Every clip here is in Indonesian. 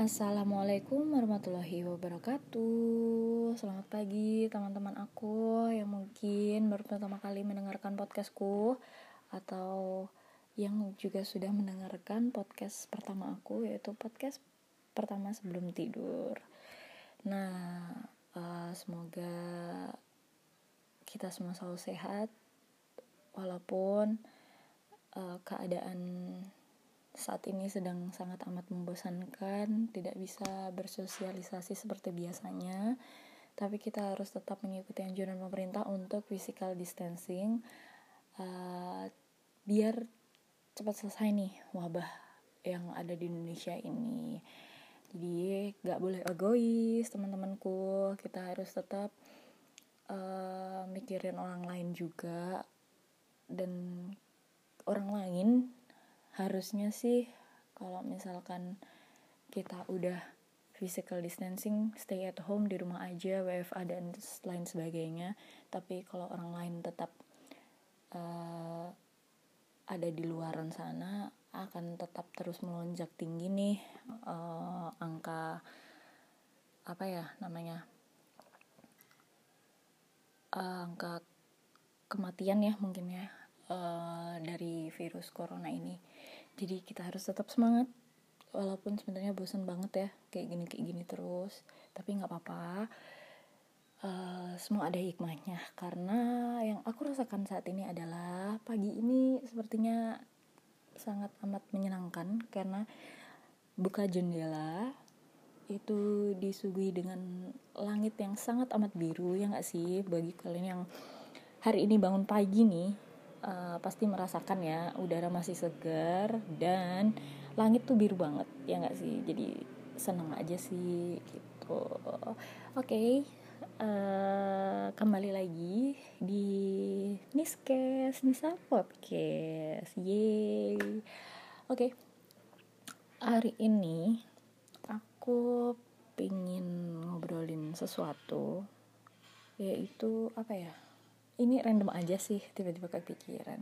Assalamualaikum warahmatullahi wabarakatuh. Selamat pagi teman-teman aku yang mungkin baru pertama kali mendengarkan podcastku, atau yang juga sudah mendengarkan podcast pertama aku, yaitu podcast pertama sebelum tidur. Nah, semoga kita semua selalu sehat walaupun keadaan saat ini sedang sangat amat membosankan, tidak bisa bersosialisasi seperti biasanya, tapi kita harus tetap mengikuti anjuran pemerintah untuk physical distancing, biar cepat selesai nih wabah yang ada di Indonesia ini. Jadi gak boleh egois teman-temanku, kita harus tetap mikirin orang lain juga, dan orang lain harusnya sih kalau misalkan kita udah physical distancing, stay at home, di rumah aja, WFA dan lain sebagainya. Tapi kalau orang lain tetap ada di luaran sana, akan tetap terus melonjak tinggi nih angka angka kematian ya mungkin ya dari virus corona ini. Jadi kita harus tetap semangat walaupun sebenarnya bosan banget ya kayak gini terus, tapi nggak apa-apa. Semua ada hikmahnya, karena yang aku rasakan saat ini adalah pagi ini sepertinya sangat amat menyenangkan karena buka jendela itu disuguhi dengan langit yang sangat amat biru, ya nggak sih? Bagi kalian yang hari ini bangun pagi nih, pasti merasakan ya, udara masih segar dan langit tuh biru banget, ya nggak sih? Jadi seneng aja sih gitu. Oke. Kembali lagi di Nisa Podcast. Yeay. Oke. Hari ini aku pingin ngobrolin sesuatu, yaitu ini random aja sih, tiba-tiba kepikiran.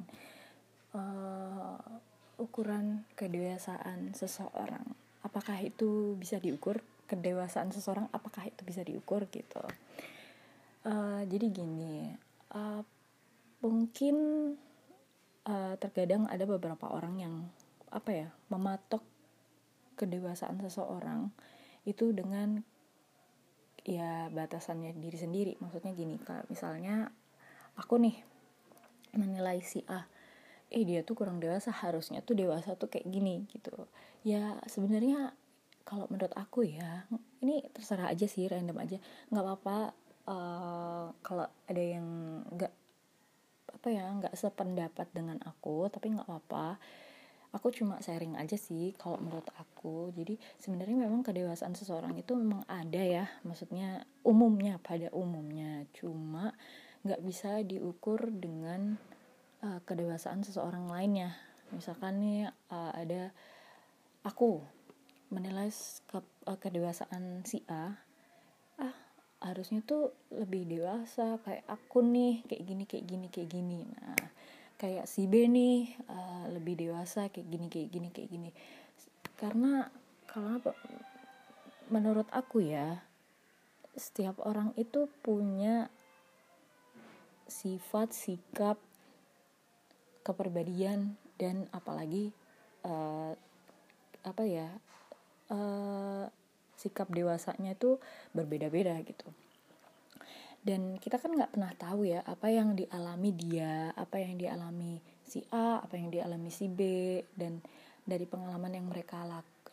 Ukuran kedewasaan seseorang, apakah itu bisa diukur? Kedewasaan seseorang apakah itu bisa diukur gitu? Jadi gini, mungkin terkadang ada beberapa orang yang mematok kedewasaan seseorang itu dengan ya batasannya diri sendiri. Maksudnya gini, Kak, misalnya aku nih menilai si A, dia tuh kurang dewasa, harusnya tuh dewasa tuh kayak gini gitu. Ya sebenarnya kalau menurut aku ya, ini terserah aja sih, random aja, nggak apa-apa kalau ada yang nggak sependapat dengan aku, tapi nggak apa-apa. Aku cuma sharing aja sih kalau menurut aku. Jadi sebenarnya memang kedewasaan seseorang itu memang ada ya, maksudnya pada umumnya, cuma nggak bisa diukur dengan kedewasaan seseorang lainnya. Misalkan nih ada aku menilai kedewasaan si A, harusnya tuh lebih dewasa kayak aku nih, kayak gini. Nah, kayak si B nih lebih dewasa kayak gini. Karena kalau menurut aku ya, setiap orang itu punya sifat, sikap, kepribadian, dan apalagi sikap dewasanya itu berbeda-beda gitu. Dan kita kan nggak pernah tahu ya apa yang dialami dia, apa yang dialami si A, apa yang dialami si B, dan dari pengalaman yang mereka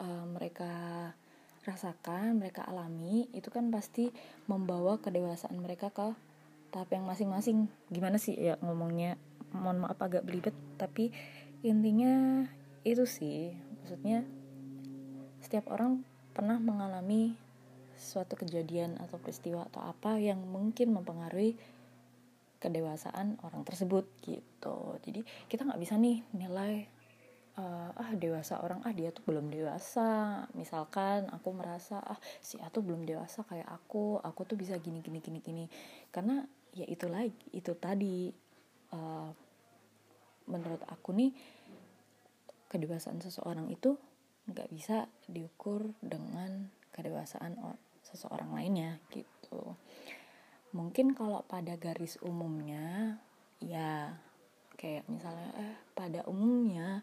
rasakan, mereka alami, itu kan pasti membawa kedewasaan mereka ke tahap yang masing-masing. Gimana sih ya ngomongnya, mohon maaf agak belibet, tapi intinya itu sih. Maksudnya setiap orang pernah mengalami suatu kejadian atau peristiwa atau apa yang mungkin mempengaruhi kedewasaan orang tersebut gitu. Jadi kita nggak bisa nih nilai dewasa orang, dia tuh belum dewasa. Misalkan aku merasa si A tuh belum dewasa kayak aku tuh bisa gini. Karena ya itu tadi menurut aku nih, kedewasaan seseorang itu nggak bisa diukur dengan kedewasaan seseorang lainnya gitu. Mungkin kalau pada garis umumnya ya kayak misalnya pada umumnya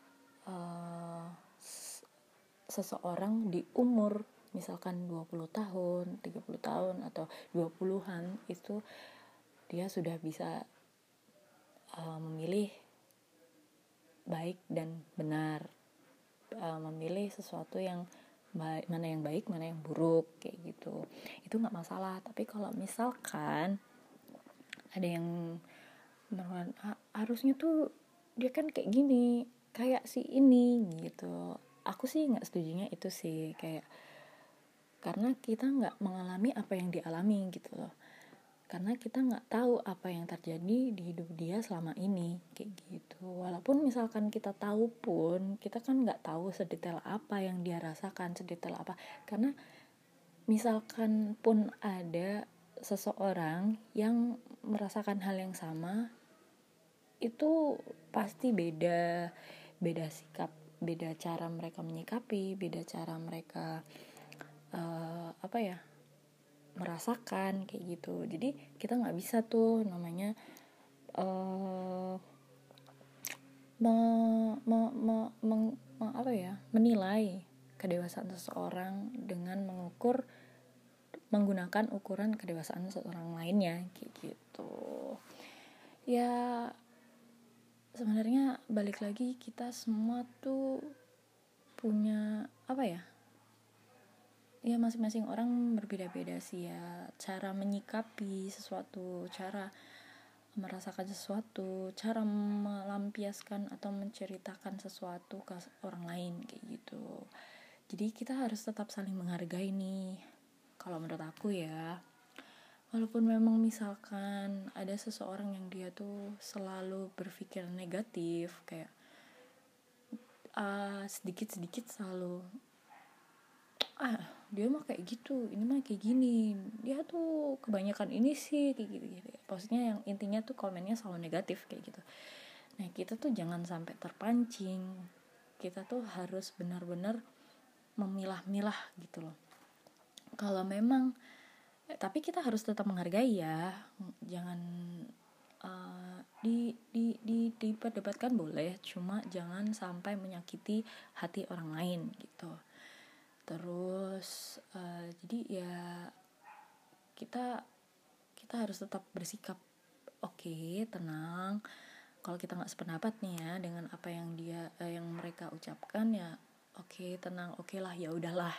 seseorang di umur misalkan 20 tahun, 30 tahun atau 20-an itu dia sudah bisa memilih baik dan benar, memilih sesuatu yang baik, mana yang baik, mana yang buruk kayak gitu. Itu nggak masalah. Tapi kalau misalkan ada yang harusnya tuh dia kan kayak gini, kayak si ini gitu, aku sih nggak setujunya itu sih, kayak karena kita nggak mengalami apa yang dialami gitu loh, karena kita nggak tahu apa yang terjadi di hidup dia selama ini kayak gitu. Walaupun misalkan kita tahu pun kita kan nggak tahu sedetail apa yang dia rasakan, sedetail apa, karena misalkan pun ada seseorang yang merasakan hal yang sama, itu pasti beda sikap, beda cara mereka menyikapi, beda cara mereka merasakan kayak gitu. Jadi kita nggak bisa tuh namanya menilai kedewasaan seseorang dengan menggunakan ukuran kedewasaan seseorang lainnya kayak gitu. Ya sebenarnya balik lagi, kita semua tuh punya ya masing-masing orang berbeda-beda sih ya, cara menyikapi sesuatu, cara merasakan sesuatu, cara melampiaskan atau menceritakan sesuatu ke orang lain kayak gitu. Jadi kita harus tetap saling menghargai nih, kalau menurut aku ya. Walaupun memang misalkan ada seseorang yang dia tuh selalu berpikir negatif, kayak sedikit-sedikit selalu dia mah kayak gitu, ini mah kayak gini, dia tuh kebanyakan ini sih kayak gitu. Maksudnya yang intinya tuh komennya selalu negatif kayak gitu. Nah kita tuh jangan sampai terpancing, kita tuh harus benar-benar memilah-milah gitu loh. Kalau memang tapi kita harus tetap menghargai ya, jangan diperdebatkan boleh, cuma jangan sampai menyakiti hati orang lain gitu. Terus jadi ya kita harus tetap bersikap oke, tenang. Kalau kita nggak sependapat nih ya dengan apa yang yang mereka ucapkan, ya oke, tenang, oke lah, ya udahlah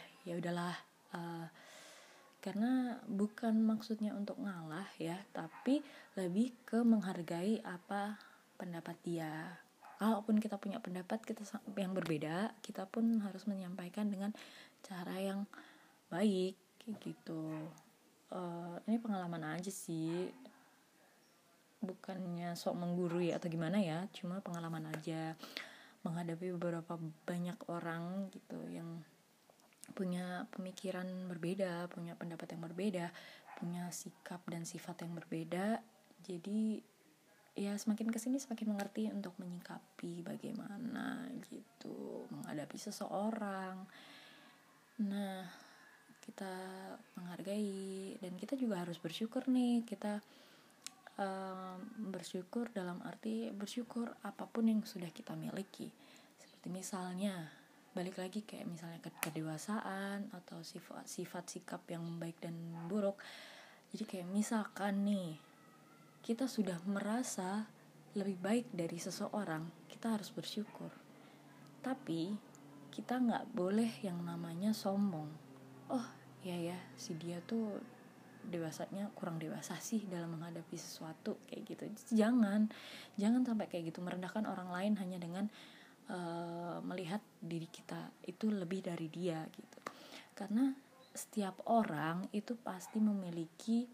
karena bukan maksudnya untuk ngalah ya, tapi lebih ke menghargai apa pendapat dia. Kalaupun kita punya pendapat kita yang berbeda, kita pun harus menyampaikan dengan cara yang baik kayak gitu. Ini pengalaman aja sih, bukannya sok menggurui atau gimana ya, cuma pengalaman aja menghadapi beberapa banyak orang gitu yang punya pemikiran berbeda, punya pendapat yang berbeda, punya sikap dan sifat yang berbeda. Jadi ya semakin kesini semakin mengerti untuk menyikapi bagaimana gitu menghadapi seseorang. Nah kita menghargai, dan kita juga harus bersyukur nih. Kita bersyukur dalam arti bersyukur apapun yang sudah kita miliki. Seperti misalnya balik lagi kayak misalnya kedewasaan atau sifat sikap yang baik dan buruk. Jadi kayak misalkan nih kita sudah merasa lebih baik dari seseorang, kita harus bersyukur. Tapi kita nggak boleh yang namanya sombong. Oh ya si dia tuh dewasanya kurang dewasa sih dalam menghadapi sesuatu kayak gitu. Jangan sampai kayak gitu, merendahkan orang lain hanya dengan melihat diri kita itu lebih dari dia gitu. Karena setiap orang itu pasti memiliki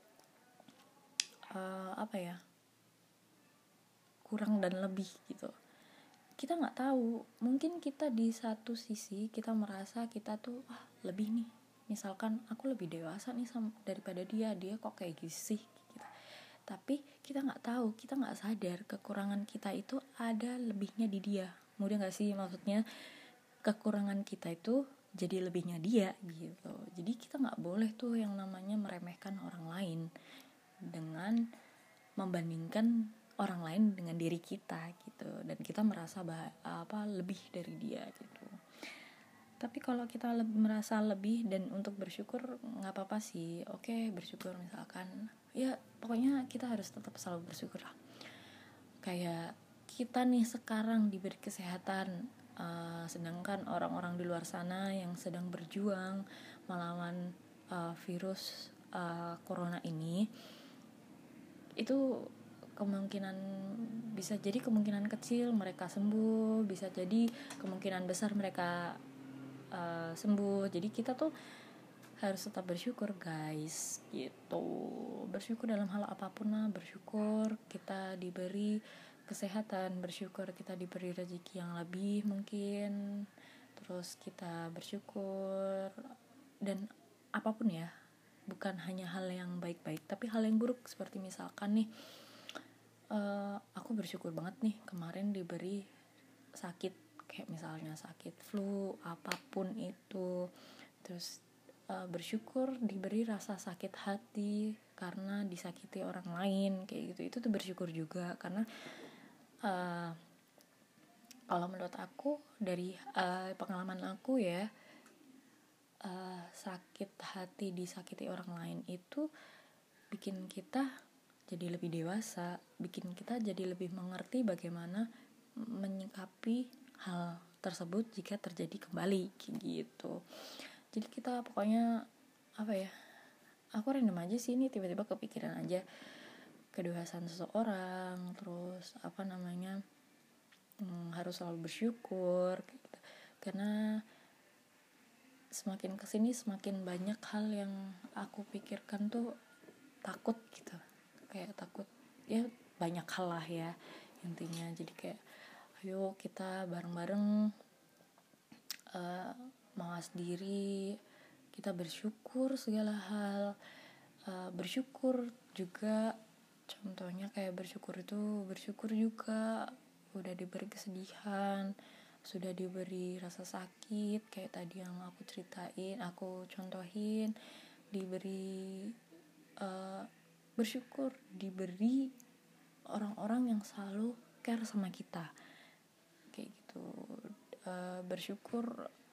kurang dan lebih gitu. Kita nggak tahu, mungkin kita di satu sisi kita merasa kita tuh lebih nih, misalkan aku lebih dewasa nih daripada dia kok kayak gitu sih gitu. Tapi kita nggak tahu, kita nggak sadar kekurangan kita itu ada lebihnya di dia. Mudah nggak sih maksudnya? kekurangan kita itu jadi lebihnya dia gitu. Jadi kita nggak boleh tuh yang namanya meremehkan orang lain dengan membandingkan orang lain dengan diri kita gitu, dan kita merasa lebih dari dia gitu. Tapi kalau kita merasa lebih dan untuk bersyukur nggak apa-apa sih. Oke, bersyukur misalkan ya, pokoknya kita harus tetap selalu bersyukur lah. Kayak kita nih sekarang diberi kesehatan, sedangkan orang-orang di luar sana yang sedang berjuang melawan virus corona ini, itu bisa jadi kemungkinan kecil mereka sembuh, bisa jadi kemungkinan besar mereka sembuh. Jadi kita tuh harus tetap bersyukur guys gitu. Bersyukur dalam hal apapun lah. Bersyukur kita diberi kesehatan, bersyukur kita diberi rezeki yang lebih mungkin, terus kita bersyukur dan apapun ya, bukan hanya hal yang baik-baik tapi hal yang buruk. Seperti misalkan nih, aku bersyukur banget nih kemarin diberi sakit, kayak misalnya sakit flu apapun itu. Terus bersyukur diberi rasa sakit hati karena disakiti orang lain kayak gitu. Itu tuh bersyukur juga, karena kalau menurut aku dari pengalaman aku ya, sakit hati disakiti orang lain itu bikin kita jadi lebih dewasa, bikin kita jadi lebih mengerti bagaimana menyikapi hal tersebut jika terjadi kembali gitu. Jadi kita pokoknya aku random aja sih, ini tiba-tiba kepikiran aja kedewasaan seseorang, terus harus selalu bersyukur gitu. Karena semakin kesini semakin banyak hal yang aku pikirkan tuh takut gitu, kayak takut ya, banyak hal lah ya intinya. Jadi kayak ayo kita bareng-bareng mawas diri, kita bersyukur segala hal. Bersyukur juga contohnya kayak bersyukur juga udah diberi kesedihan, sudah diberi rasa sakit kayak tadi yang aku contohin, diberi bersyukur diberi orang-orang yang selalu care sama kita kayak gitu. Bersyukur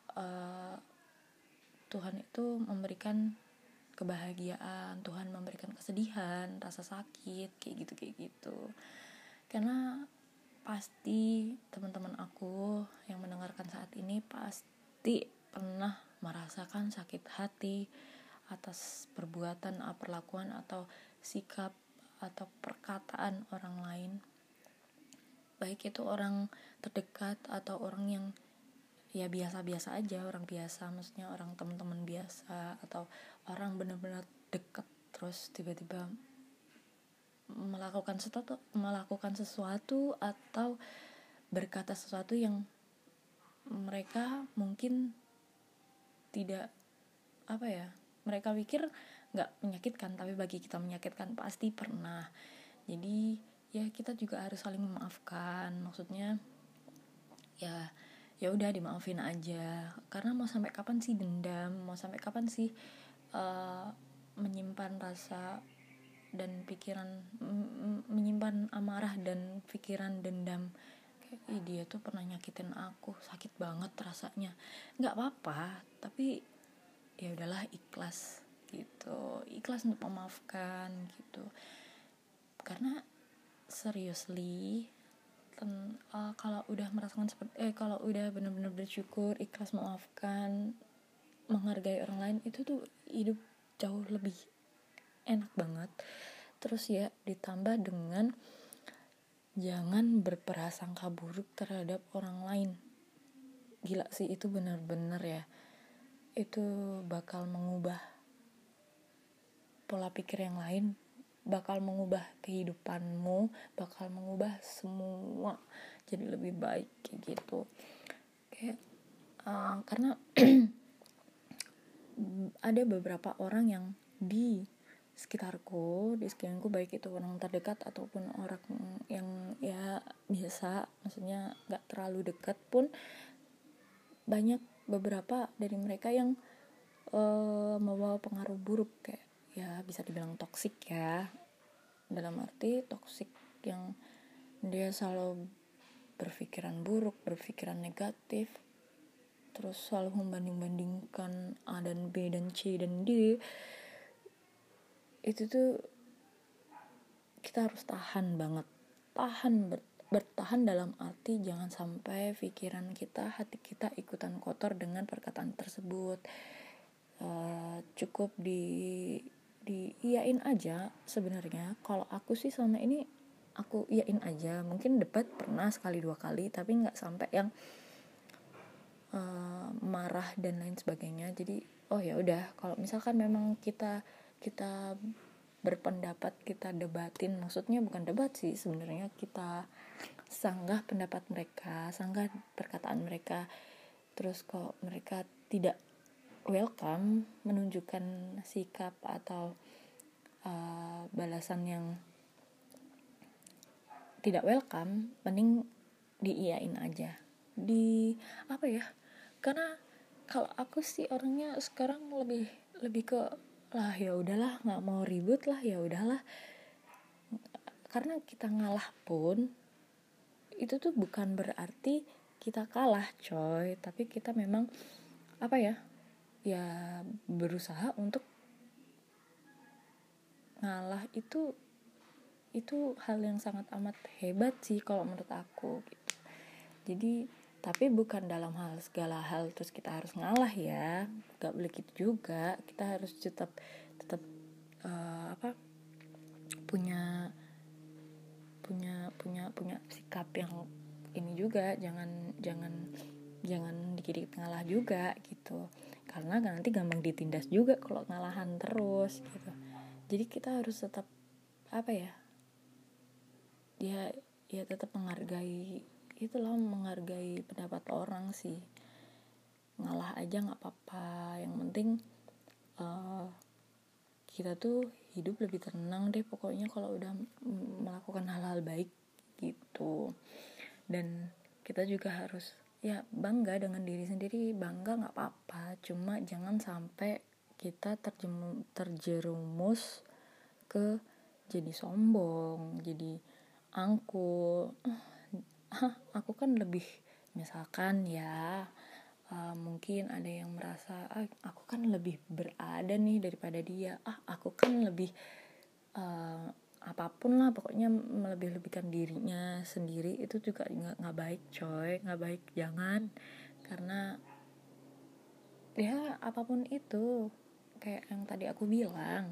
Tuhan itu memberikan kebahagiaan, Tuhan memberikan kesedihan, rasa sakit kayak gitu. Karena pasti teman-teman aku yang mendengarkan saat ini pasti pernah merasakan sakit hati atas perbuatan, perlakuan atau sikap atau perkataan orang lain, baik itu orang terdekat atau orang yang ya biasa-biasa aja, orang biasa, maksudnya orang teman-teman biasa, atau orang benar-benar dekat terus tiba-tiba melakukan sesuatu atau berkata sesuatu yang mereka mungkin tidak mereka pikir nggak menyakitkan, tapi bagi kita menyakitkan, pasti pernah. Jadi ya kita juga harus saling memaafkan, maksudnya ya udah dimaafin aja. Karena mau sampai kapan sih dendam, mau sampai kapan sih menyimpan rasa dan pikiran, menyimpan amarah dan pikiran dendam. Kayak dia tuh pernah nyakitin aku, sakit banget rasanya. Nggak apa-apa, tapi ya udahlah, ikhlas gitu, ikhlas untuk memaafkan gitu. Karena seriously kalau udah merasakan kalau udah benar-benar bersyukur, ikhlas memaafkan, menghargai orang lain, itu tuh hidup jauh lebih enak banget. Terus ya ditambah dengan jangan berprasangka buruk terhadap orang lain. Gila sih, itu benar-benar ya, itu bakal mengubah pola pikir yang lain, bakal mengubah kehidupanmu, bakal mengubah semua jadi lebih baik kayak gitu. Kayak karena ada beberapa orang yang di sekitarku, baik itu orang terdekat ataupun orang yang ya biasa, maksudnya nggak terlalu dekat pun, banyak beberapa dari mereka yang membawa pengaruh buruk, kayak ya bisa dibilang toksik ya, dalam arti toksik yang dia selalu berpikiran buruk, berpikiran negatif, terus selalu membanding-bandingkan A dan B dan C dan D. Itu tuh kita harus tahan banget, bertahan dalam arti jangan sampai pikiran kita, hati kita ikutan kotor dengan perkataan tersebut. Cukup diiyain aja sebenarnya. Kalau aku sih selama ini aku iyain aja. Mungkin debat pernah sekali dua kali, tapi nggak sampai yang marah dan lain sebagainya. Jadi oh ya udah, kalau misalkan memang kita berpendapat, kita debatin, maksudnya bukan debat sih sebenarnya, kita sanggah pendapat mereka, sanggah perkataan mereka, terus kalau mereka tidak welcome, menunjukkan sikap atau balasan yang tidak welcome, mending diiyain aja. Karena kalau aku sih orangnya sekarang lebih ke lah ya udahlah, nggak mau ribut lah, ya udahlah. Karena kita ngalah pun itu tuh bukan berarti kita kalah coy, tapi kita memang ya berusaha untuk ngalah. Itu hal yang sangat amat hebat sih kalau menurut aku gitu. Jadi tapi bukan dalam segala hal terus kita harus ngalah ya, gak boleh gitu juga. Kita harus tetap punya sikap yang ini juga, jangan dikit-dikit ngalah juga gitu, karena nanti gampang ditindas juga kalau ngalahan terus gitu. Jadi kita harus tetap ya tetap menghargai pendapat orang sih. Ngalah aja nggak apa-apa, yang penting kita tuh hidup lebih tenang deh pokoknya kalau udah melakukan hal-hal baik gitu. Dan kita juga harus ya bangga dengan diri sendiri, bangga nggak apa-apa, cuma jangan sampai kita terjerumus ke jadi sombong, jadi angkuh. Aku kan lebih, misalkan ya, mungkin ada yang merasa aku kan lebih berada nih daripada dia, aku kan lebih apapun lah pokoknya, melebih-lebihkan dirinya sendiri. Itu juga nggak baik coy, nggak baik, jangan. Karena ya apapun itu, kayak yang tadi aku bilang,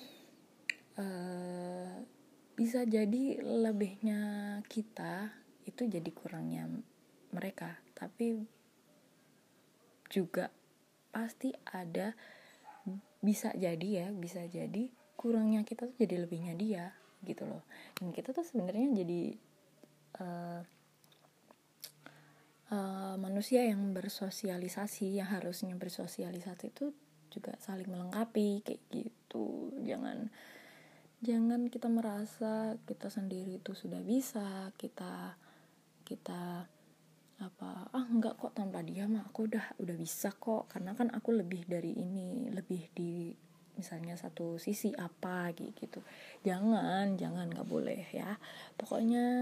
bisa jadi lebihnya kita itu jadi kurangnya mereka, tapi juga pasti ada, bisa jadi kurangnya kita tuh jadi lebihnya dia gitu loh. Dan kita tuh sebenarnya jadi manusia yang bersosialisasi, yang harusnya bersosialisasi itu juga saling melengkapi kayak gitu. Jangan kita merasa kita sendiri itu sudah bisa, kita enggak kok, tanpa dia mah aku udah bisa kok, karena kan aku lebih dari ini, lebih di misalnya satu sisi apa gitu. Jangan nggak boleh ya. Pokoknya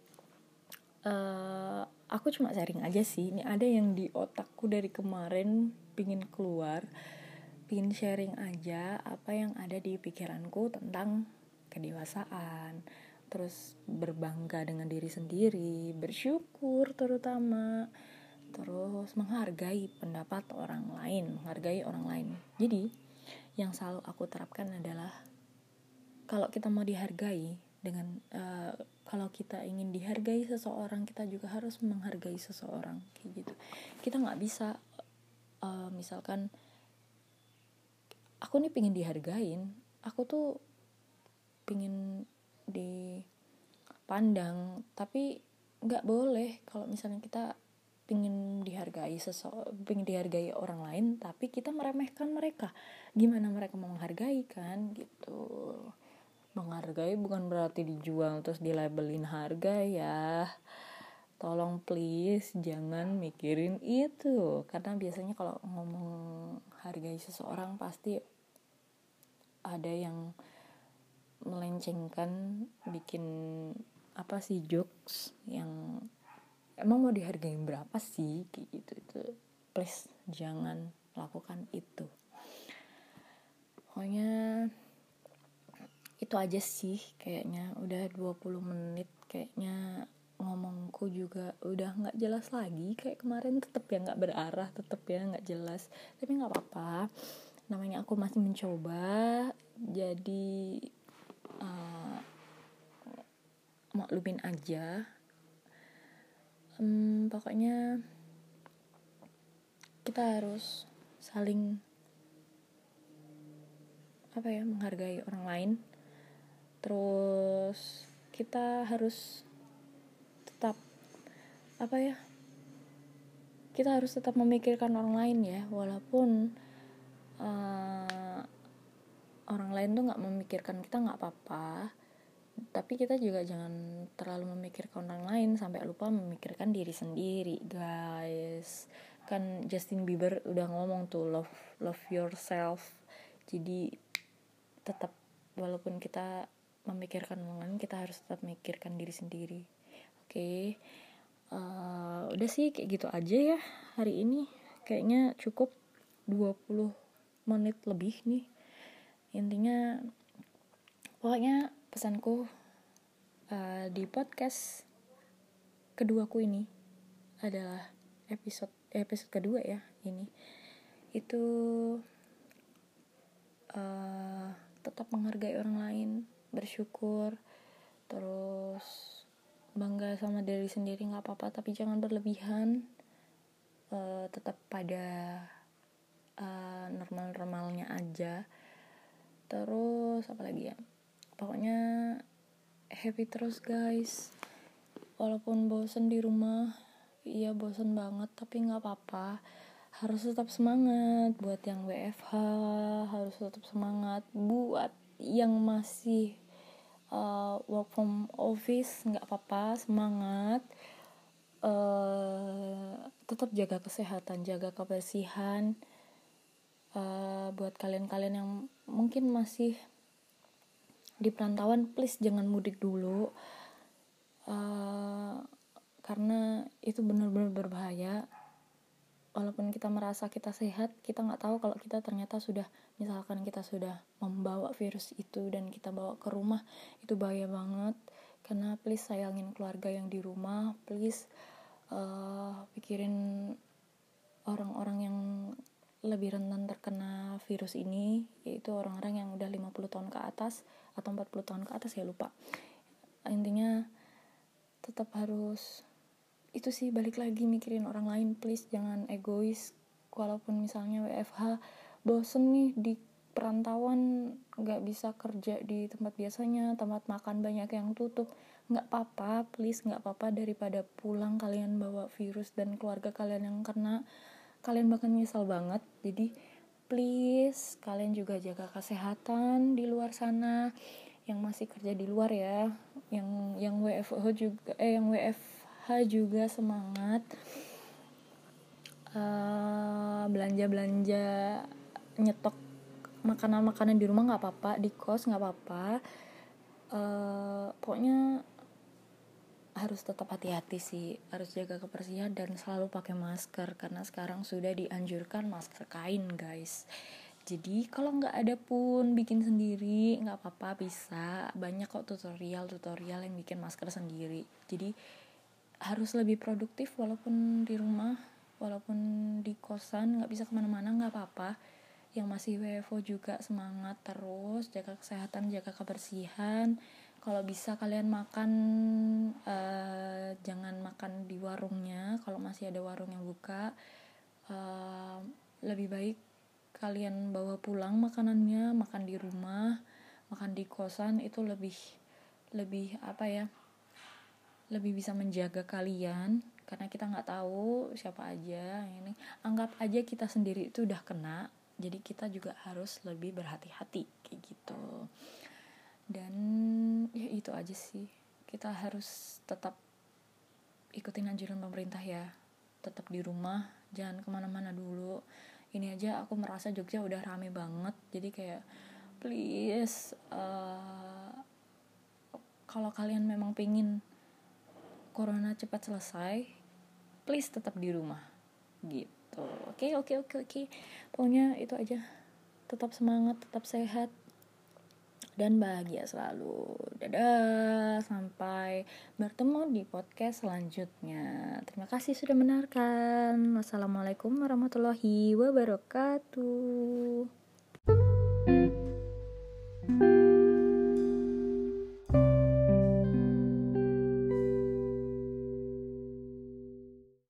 aku cuma sharing aja sih, ini ada yang di otakku dari kemarin pingin keluar, pingin sharing aja apa yang ada di pikiranku tentang kedewasaan, terus berbangga dengan diri sendiri, bersyukur terutama, terus menghargai pendapat orang lain, menghargai orang lain. Jadi yang selalu aku terapkan adalah kalau kita mau dihargai dengan kalau kita ingin dihargai seseorang, kita juga harus menghargai seseorang kayak gitu. Kita nggak bisa misalkan aku nih pingin dihargain, aku tuh pingin dipandang, tapi nggak boleh kalau misalnya kita pingin dihargai orang lain tapi kita meremehkan mereka. Gimana mereka mau menghargai kan gitu. Menghargai bukan berarti dijual terus dilabelin harga ya. tolong please jangan mikirin itu, karena biasanya kalau ngomong hargai seseorang pasti ada yang melencengkan, bikin apa sih, jokes yang emang mau dihargain berapa sih kayak gitu. Itu please jangan lakukan itu. Pokoknya itu aja sih, kayaknya udah 20 menit kayaknya ngomongku juga udah nggak jelas lagi kayak kemarin, tetap ya nggak berarah, tetap ya nggak jelas, tapi nggak apa-apa, namanya aku masih mencoba, jadi maklumin aja. Pokoknya kita harus saling menghargai orang lain, terus kita harus tetap kita harus tetap memikirkan orang lain ya, walaupun orang lain tuh nggak memikirkan kita, nggak apa-apa, tapi kita juga jangan terlalu memikirkan orang lain sampai lupa memikirkan diri sendiri, guys. Kan Justin Bieber udah ngomong tuh, love yourself. Jadi tetap, walaupun kita memikirkan orang lain, kita harus tetap memikirkan diri sendiri. Oke. Udah sih kayak gitu aja ya hari ini, kayaknya cukup 20 menit lebih nih. Intinya pokoknya pesanku di podcast keduaku ini adalah episode kedua ya ini, itu tetap menghargai orang lain, bersyukur, terus bangga sama diri sendiri nggak apa-apa, tapi jangan berlebihan, tetap pada normal-normalnya aja. Terus apa lagi ya, pokoknya happy terus guys, walaupun bosen di rumah, iya bosen banget, tapi nggak apa-apa, harus tetap semangat. Buat yang WFH harus tetap semangat, buat yang masih work from office nggak apa-apa, semangat. Tetap jaga kesehatan, jaga kebersihan. Buat kalian-kalian yang mungkin masih di perantauan, please jangan mudik dulu, karena itu benar-benar berbahaya. Walaupun kita merasa kita sehat, kita nggak tahu kalau kita ternyata misalkan kita sudah membawa virus itu dan kita bawa ke rumah, itu bahaya banget. Karena please sayangin keluarga yang di rumah, please pikirin orang-orang yang lebih rentan terkena virus ini, yaitu orang-orang yang udah 50 tahun ke atas atau 40 tahun ke atas, ya lupa. Intinya tetap harus itu sih, balik lagi mikirin orang lain, please jangan egois. Walaupun misalnya WFH bosen nih di perantauan, gak bisa kerja di tempat biasanya, tempat makan banyak yang tutup, gak apa-apa, please gak apa-apa, daripada pulang kalian bawa virus dan keluarga kalian yang kena, kalian bakal nyesal banget. Jadi please kalian juga jaga kesehatan di luar sana, yang masih kerja di luar ya, yang WFH juga yang WFH juga semangat, belanja nyetok makanan di rumah nggak apa-apa, di kos nggak apa-apa, pokoknya harus tetap hati-hati sih, harus jaga kebersihan dan selalu pakai masker, karena sekarang sudah dianjurkan masker kain guys. Jadi kalau nggak ada pun bikin sendiri nggak apa-apa, bisa, banyak kok tutorial yang bikin masker sendiri. Jadi harus lebih produktif, walaupun di rumah, walaupun di kosan nggak bisa kemana-mana, nggak apa-apa. Yang masih WFO juga semangat terus, jaga kesehatan, jaga kebersihan. Kalau bisa kalian makan, jangan makan di warungnya. Kalau masih ada warung yang buka, lebih baik kalian bawa pulang makanannya, makan di rumah, makan di kosan, itu lebih lebih bisa menjaga kalian, karena kita nggak tahu siapa aja ini. Anggap aja kita sendiri itu udah kena, jadi kita juga harus lebih berhati-hati kayak gitu. Dan ya itu aja sih, kita harus tetap ikutin anjuran pemerintah ya, tetap di rumah, jangan kemana-mana dulu. Ini aja aku merasa Jogja udah rame banget, jadi kayak please, kalau kalian memang pengen corona cepat selesai, please tetap di rumah gitu. Oke. Pokoknya itu aja. Tetap semangat, tetap sehat, dan bahagia selalu. Dadah, sampai bertemu di podcast selanjutnya. Terima kasih sudah mendengarkan. Wassalamualaikum warahmatullahi wabarakatuh.